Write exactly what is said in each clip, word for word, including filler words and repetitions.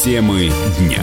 Темы дня.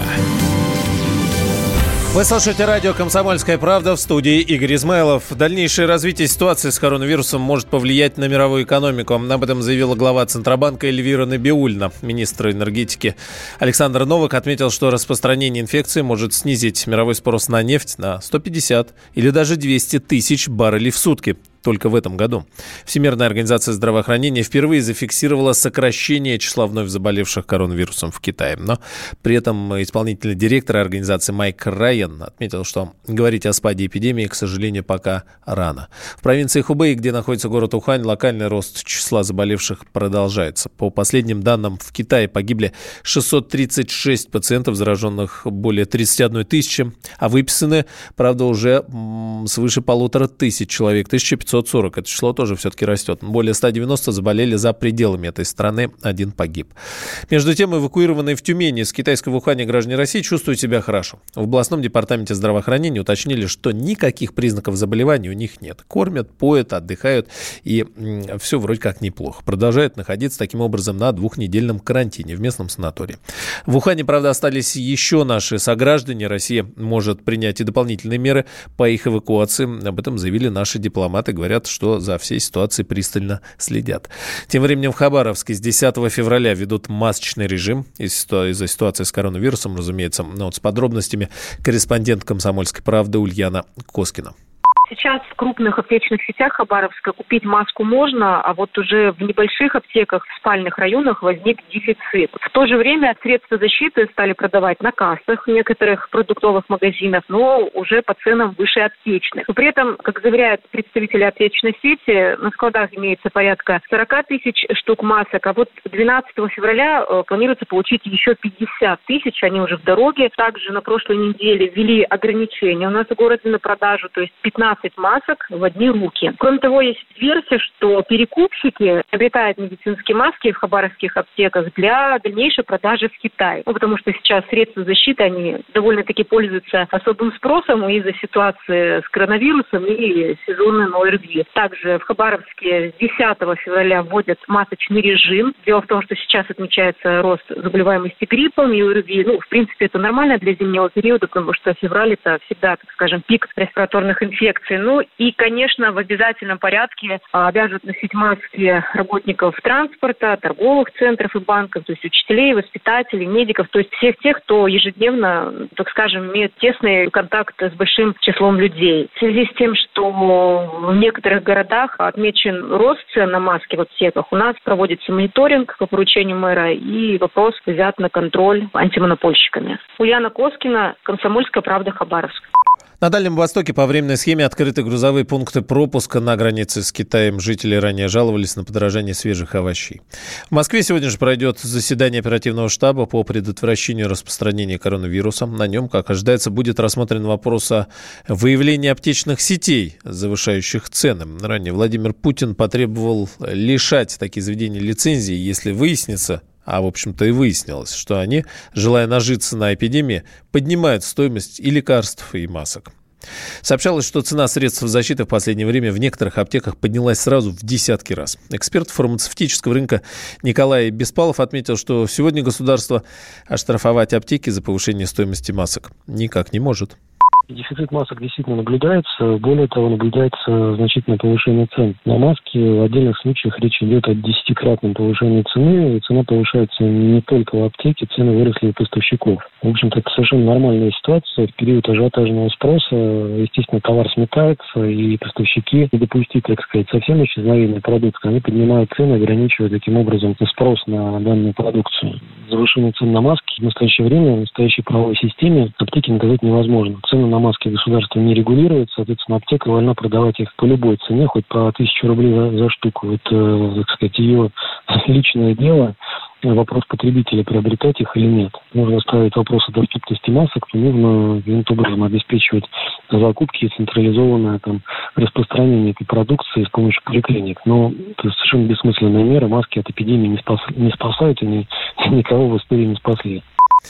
Вы слушаете радио «Комсомольская правда», в студии Игорь Измайлов. Дальнейшее развитие ситуации с коронавирусом может повлиять на мировую экономику. Об этом заявила глава Центробанка Эльвира Набиуллина. Министр энергетики Александр Новак отметил, что распространение инфекции может снизить мировой спрос на нефть на сто пятьдесят или даже двести тысяч баррелей в сутки. Только в этом году. Всемирная организация здравоохранения впервые зафиксировала сокращение числа вновь заболевших коронавирусом в Китае. Но при этом исполнительный директор организации Майк Райан отметил, что говорить о спаде эпидемии, к сожалению, пока рано. В провинции Хубэй, где находится город Ухань, локальный рост числа заболевших продолжается. По последним данным, в Китае погибли шестьсот тридцать шесть пациентов, зараженных более тридцать одна тысяча, а выписаны, правда, уже свыше полутора тысяч человек, тысяча пятьсот сорок. Это число тоже все-таки растет. Более ста девяноста заболели за пределами этой страны, один погиб. Между тем, эвакуированные в Тюмени с китайского Уханя граждане России чувствуют себя хорошо. В областном департаменте здравоохранения уточнили, что никаких признаков заболеваний у них нет. Кормят, поят, отдыхают, и м, все вроде как неплохо. Продолжают находиться таким образом на двухнедельном карантине в местном санатории. В Ухане, правда, остались еще наши сограждане. Россия может принять и дополнительные меры по их эвакуации. Об этом заявили наши дипломаты. Говорят, что за всей ситуацией пристально следят. Тем временем в Хабаровске с десятого февраля ведут масочный режим из-за ситуации с коронавирусом, разумеется. Но вот с подробностями корреспондент «Комсомольской правды» Ульяна Коскина. Сейчас в крупных аптечных сетях Хабаровска купить маску можно, а вот уже в небольших аптеках в спальных районах возник дефицит. В то же время средства защиты стали продавать на кассах некоторых продуктовых магазинов, но уже по ценам выше аптечных. Но при этом, как заверяют представители аптечной сети, на складах имеется порядка сорок тысяч штук масок, а вот двенадцатого февраля э, планируется получить еще пятьдесят тысяч, они уже в дороге. Также на прошлой неделе ввели ограничения у нас в городе на продажу, то есть пятнадцать масок в одни руки. Кроме того, есть версия, что перекупщики приобретают медицинские маски в хабаровских аптеках для дальнейшей продажи в Китай. Ну, потому что сейчас средства защиты, они довольно-таки пользуются особым спросом из-за ситуации с коронавирусом и сезонным ОРВИ. Также в Хабаровске с десятого февраля вводят масочный режим. Дело в том, что сейчас отмечается рост заболеваемости гриппом и ОРВИ. Ну, в принципе, это нормально для зимнего периода, потому что февраль – это всегда, так скажем, пик респираторных инфекций. Ну и, конечно, в обязательном порядке обяжут носить маски работников транспорта, торговых центров и банков, то есть учителей, воспитателей, медиков, то есть всех тех, кто ежедневно, так скажем, имеет тесный контакт с большим числом людей. В связи с тем, что в некоторых городах отмечен рост цен на маски в аптеках, у нас проводится мониторинг по поручению мэра, и вопрос взят на контроль антимонопольщиками. Ульяна Коскина, «Комсомольская правда», Хабаровск. На Дальнем Востоке по временной схеме открыты грузовые пункты пропуска на границе с Китаем. Жители ранее жаловались на подорожание свежих овощей. В Москве сегодня же пройдет заседание оперативного штаба по предотвращению распространения коронавируса. На нем, как ожидается, будет рассмотрен вопрос о выявлении аптечных сетей, завышающих цены. Ранее Владимир Путин потребовал лишать такие заведения лицензии, если выяснится, а, в общем-то, и выяснилось, что они, желая нажиться на эпидемии, поднимают стоимость и лекарств, и масок. Сообщалось, что цена средств защиты в последнее время в некоторых аптеках поднялась сразу в десятки раз. Эксперт фармацевтического рынка Николай Беспалов отметил, что сегодня государство оштрафовать аптеки за повышение стоимости масок никак не может. Дефицит масок действительно наблюдается. Более того, наблюдается значительное повышение цен на маски. В отдельных случаях речь идет о десятикратном повышении цены. И цена повышается не только в аптеке, цены выросли у поставщиков. В общем-то, это совершенно нормальная ситуация. В период ажиотажного спроса, естественно, товар сметается, и поставщики, не допустить, так сказать, совсем исчезновения продукции, они поднимают цены, ограничивая таким образом спрос на данную продукцию. Завышение цен на маски в настоящее время, в настоящей правовой системе аптеки наказать невозможно. Цены на маски государство не регулирует, соответственно, аптека вольна продавать их по любой цене, хоть по тысячу рублей за, за штуку. Это, так сказать, ее личное дело. Вопрос потребителя, приобретать их или нет. Нужно ставить вопрос о доступности масок, то нужно каким-то образом обеспечивать закупки и централизованное там, распространение этой продукции с помощью поликлиник. Но это совершенно бессмысленная мера. Маски от эпидемии не, спас, не спасают и ни, никого в истории не спасли.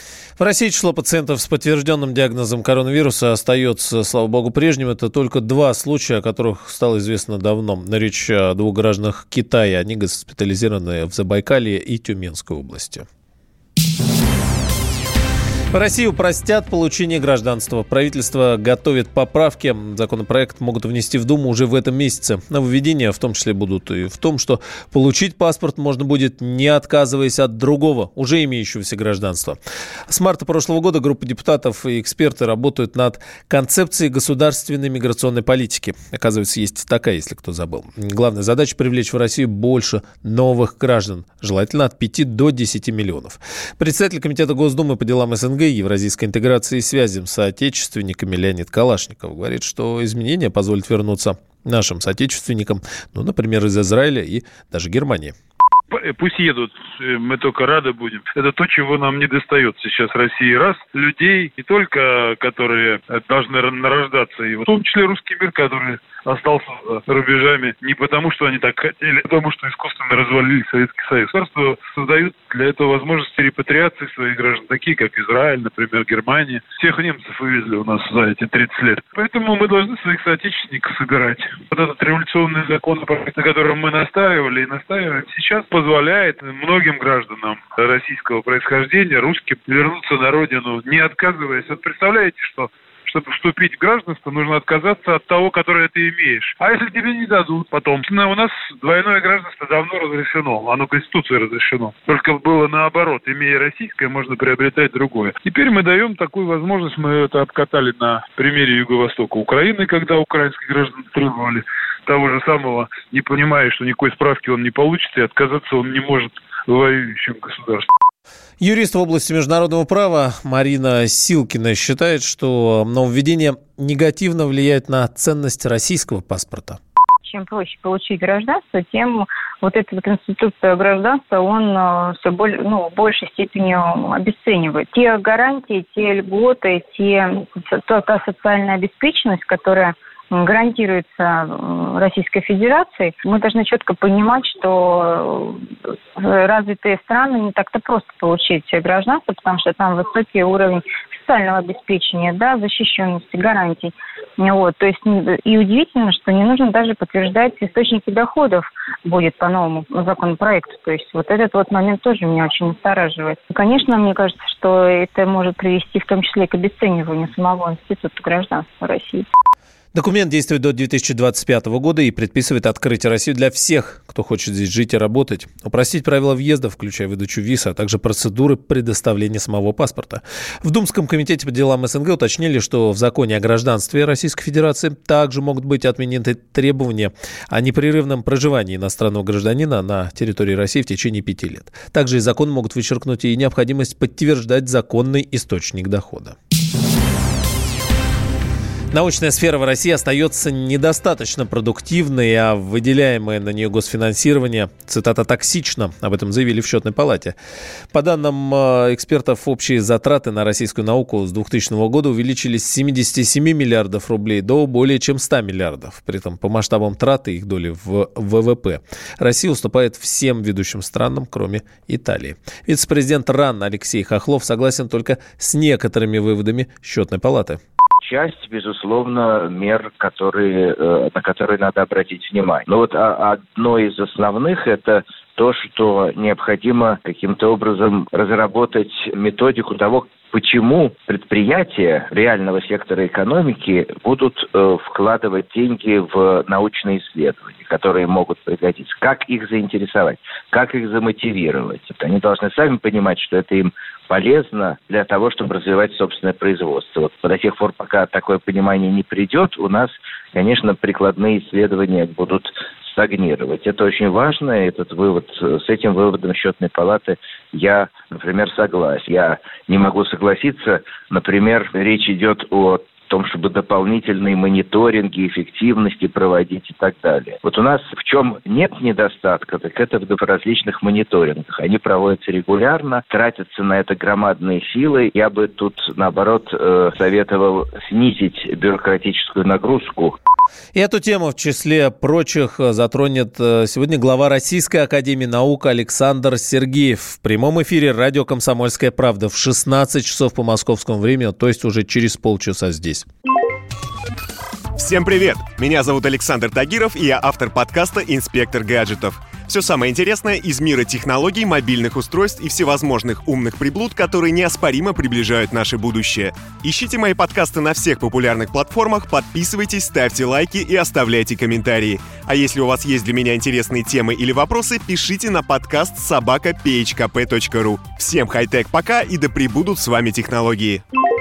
В России число пациентов с подтвержденным диагнозом коронавируса остается, слава богу, прежним. Это только два случая, о которых стало известно давно. Речь о двух гражданах Китая. Они госпитализированы в Забайкалье и Тюменской области. В России упростят получение гражданства. Правительство готовит поправки. Законопроект могут внести в Думу уже в этом месяце. Нововведения в том числе будут и в том, что получить паспорт можно будет, не отказываясь от другого, уже имеющегося гражданства. С марта прошлого года группа депутатов и эксперты работают над концепцией государственной миграционной политики. Оказывается, есть такая, если кто забыл. Главная задача – привлечь в Россию больше новых граждан, желательно от пяти до десяти миллионов. Председатель комитета Госдумы по делам СНГ, евразийской интеграции и связям с соотечественниками Леонид Калашников говорит, что изменения позволят вернуться нашим соотечественникам, ну, например, из Израиля и даже Германии. Пусть едут, мы только рады будем. Это то, чего нам не достает сейчас России. Раз, людей, не только которые должны нарождаться, и в том числе русский мир, который остался за рубежами не потому, что они так хотели, а потому, что искусственно развалили Советский Союз. Государства создают для этого возможности репатриации своих граждан, такие как Израиль, например, Германия. Всех немцев вывезли у нас за эти тридцать лет. Поэтому мы должны своих соотечественников собирать. Вот этот революционный закон, на котором мы настаивали и настаиваем, сейчас позволяет многим гражданам российского происхождения, русским, вернуться на родину, не отказываясь. Вот представляете, что чтобы вступить в гражданство, нужно отказаться от того, которое ты имеешь. А если тебе не дадут потом? У нас двойное гражданство давно разрешено. Оно Конституцией разрешено. Только было наоборот. Имея российское, можно приобретать другое. Теперь мы даем такую возможность. Мы это обкатали на примере Юго-Востока Украины, когда украинских граждан требовали того же самого, не понимая, что никакой справки он не получит, и отказаться он не может в воюющем государстве. Юрист в области международного права Марина Силкина считает, что нововведение негативно влияет на ценность российского паспорта. Чем проще получить гражданство, тем вот этот вот институт гражданства, он все более, ну, в большей степени обесценивает. Те гарантии, те льготы, те, та, та социальная обеспеченность, которая гарантируется Российской Федерацией, мы должны четко понимать, что развитые страны не так-то просто получить гражданство, потому что там высокий уровень социального обеспечения, да, защищенности, гарантий. Вот, то есть и удивительно, что не нужно даже подтверждать источники доходов будет по новому законопроекту. То есть вот этот вот момент тоже меня очень настораживает. И, конечно, мне кажется, что это может привести в том числе к обесцениванию самого института гражданства России. Документ действует до две тысячи двадцать пятого года и предписывает открыть Россию для всех, кто хочет здесь жить и работать. Упростить правила въезда, включая выдачу виз, а также процедуры предоставления самого паспорта. В Думском комитете по делам СНГ уточнили, что в законе о гражданстве Российской Федерации также могут быть отменены требования о непрерывном проживании иностранного гражданина на территории России в течение пяти лет. Также из закона могут вычеркнуть и необходимость подтверждать законный источник дохода. Научная сфера в России остается недостаточно продуктивной, а выделяемое на нее госфинансирование, цитата, «токсично». Об этом заявили в Счетной палате. По данным экспертов, общие затраты на российскую науку с двухтысячного года увеличились с семидесяти семи миллиардов рублей до более чем ста миллиардов. При этом по масштабам траты их доли в ВВП Россия уступает всем ведущим странам, кроме Италии. Вице-президент РАН Алексей Хохлов согласен только с некоторыми выводами Счетной палаты. Часть, безусловно, мер, которые, на которые надо обратить внимание. Но вот одно из основных – это то, что необходимо каким-то образом разработать методику того, почему предприятия реального сектора экономики будут э, вкладывать деньги в научные исследования, которые могут пригодиться. Как их заинтересовать, как их замотивировать. Они должны сами понимать, что это им полезно для того, чтобы развивать собственное производство. Вот до тех пор, пока такое понимание не придет, у нас, конечно, прикладные исследования будут стагнировать. Это очень важно, этот вывод, с этим выводом Счетной палаты я, например, согласен. Я не могу согласиться, например, речь идет о том, чтобы дополнительные мониторинги эффективности проводить и так далее. Вот у нас в чем нет недостатка, так это в различных мониторингах. Они проводятся регулярно, тратятся на это громадные силы. Я бы тут, наоборот, советовал снизить бюрократическую нагрузку. И эту тему, в числе прочих, затронет сегодня глава Российской академии наук Александр Сергеев в прямом эфире радио «Комсомольская правда» в шестнадцать часов по московскому времени, то есть уже через полчаса здесь. Всем привет! Меня зовут Александр Тагиров, и я автор подкаста «Инспектор гаджетов». В Все самое интересное из мира технологий, мобильных устройств и всевозможных умных приблуд, которые неоспоримо приближают наше будущее. Ищите мои подкасты на всех популярных платформах, подписывайтесь, ставьте лайки и оставляйте комментарии. А если у вас есть для меня интересные темы или вопросы, пишите на подкаст собака пи эйч ка пэ точка ру. Всем хай-тек пока и да пребудут с вами технологии.